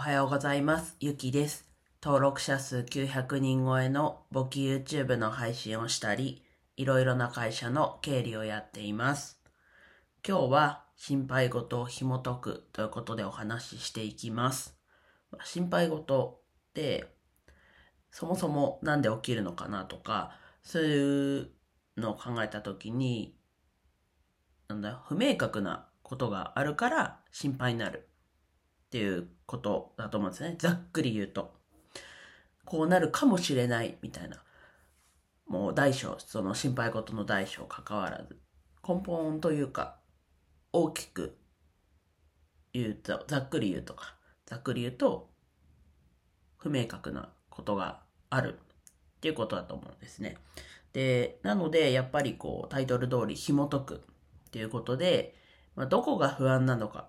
はようございます。ゆきです。登録者数900人超えの簿記 YouTube の配信をしたり、いろいろな会社の経理をやっています。今日は心配事を紐解くということでお話ししていきます。心配事ってそもそもなんで起きるのかなとか、そういうのを考えたときに、不明確なことがあるから心配になるっていうことだと思うんですね。ざっくり言うと。こうなるかもしれないみたいな。もう大小、その心配事の大小関わらず。根本というか、大きく言うと、ざっくり言うと、不明確なことがあるっていうことだと思うんですね。で、なので、やっぱりタイトル通り紐解くっていうことで、どこが不安なのか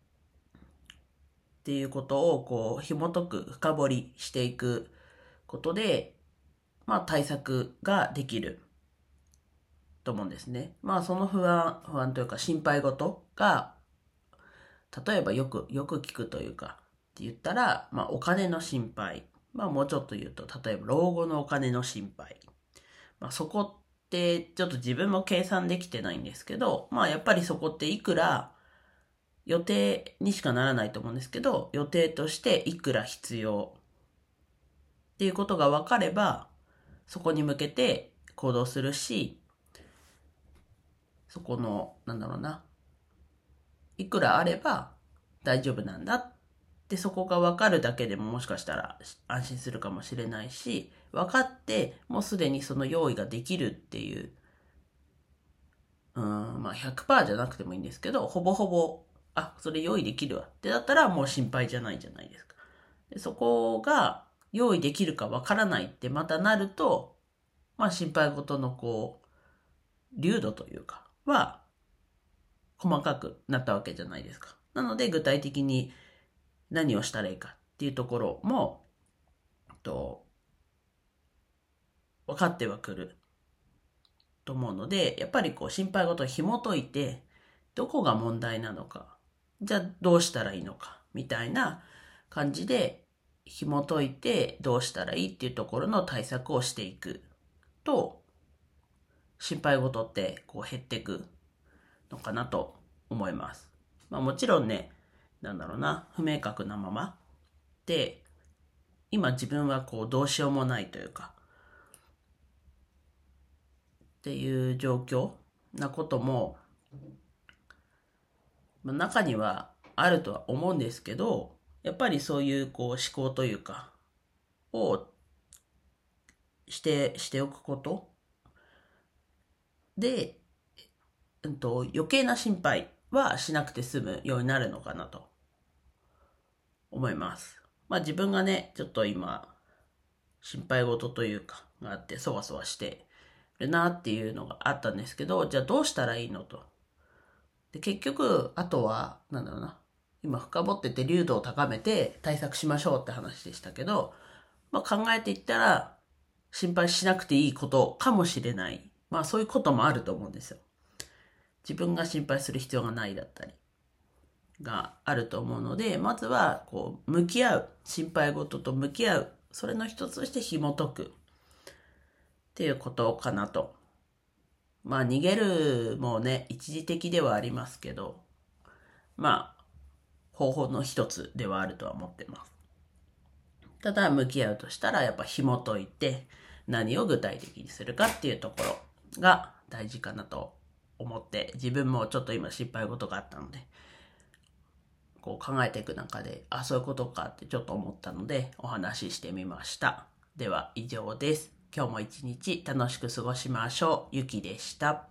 っていうことを紐解く、深掘りしていくことで、対策ができると思うんですね。その不安というか心配事が、例えばよく聞くというか、って言ったら、お金の心配。もうちょっと言うと、例えば老後のお金の心配。そこってちょっと自分も計算できてないんですけど、やっぱりそこっていくら予定にしかならないと思うんですけど、予定としていくら必要っていうことが分かれば、そこに向けて行動するし、そこの、いくらあれば大丈夫なんだってそこが分かるだけでももしかしたら安心するかもしれないし、分かってもうすでにその用意ができるっていう、100% じゃなくてもいいんですけど、ほぼほぼ、それ用意できるわってだったらもう心配じゃないじゃないですか。でそこが用意できるか分からないってまたなると、心配事の流度というかは細かくなったわけじゃないですか。なので具体的に何をしたらいいかっていうところも分かってはくると思うので、やっぱり心配事を紐解いて、どこが問題なのか、じゃあどうしたらいいのかみたいな感じで紐解いてどうしたらいいっていうところの対策をしていくと、心配事って減っていくのかなと思います。もちろんね、不明確なままで、今自分はどうしようもないというか、っていう状況なことも、中にはあるとは思うんですけど、やっぱりそういう思考というか、をしておくことで、余計な心配はしなくて済むようになるのかなと思います。自分がね、ちょっと今、心配事というか、があって、そわそわしてるなっていうのがあったんですけど、じゃあどうしたらいいのと。で、結局、あとは、今深掘ってて流度を高めて対策しましょうって話でしたけど、考えていったら、心配しなくていいことかもしれない。そういうこともあると思うんですよ。自分が心配する必要がないだったりがあると思うので、まずは向き合う、心配事と向き合う、それの一つとして紐解くっていうことかなと。逃げるもね、一時的ではありますけど、方法の一つではあるとは思ってます。ただ向き合うとしたらやっぱ紐解いて何を具体的にするかっていうところが大事かなと思って、自分もちょっと今心配事があったので考えていく中でそういうことかってちょっと思ったのでお話ししてみました。では以上です。今日も一日楽しく過ごしましょう。ゆきでした。